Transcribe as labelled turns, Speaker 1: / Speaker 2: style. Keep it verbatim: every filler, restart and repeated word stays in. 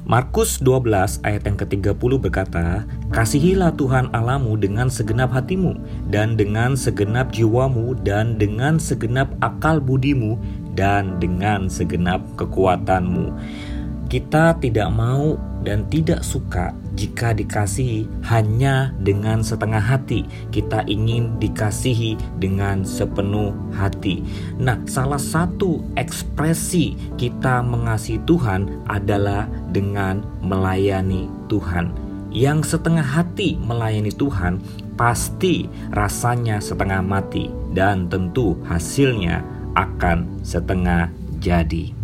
Speaker 1: Markus dua belas ayat yang ketiga puluh berkata, "Kasihilah Tuhan Allahmu dengan segenap hatimu, dan dengan segenap jiwamu, dan dengan segenap akal budimu, dan dengan segenap kekuatanmu." Kita tidak mau dan tidak suka jika dikasihi hanya dengan setengah hati. Kita ingin dikasihi dengan sepenuh hati. Nah, salah satu ekspresi kita mengasihi Tuhan adalah dengan melayani Tuhan. Yang setengah hati melayani Tuhan pasti rasanya setengah mati, dan tentu hasilnya akan setengah jadi.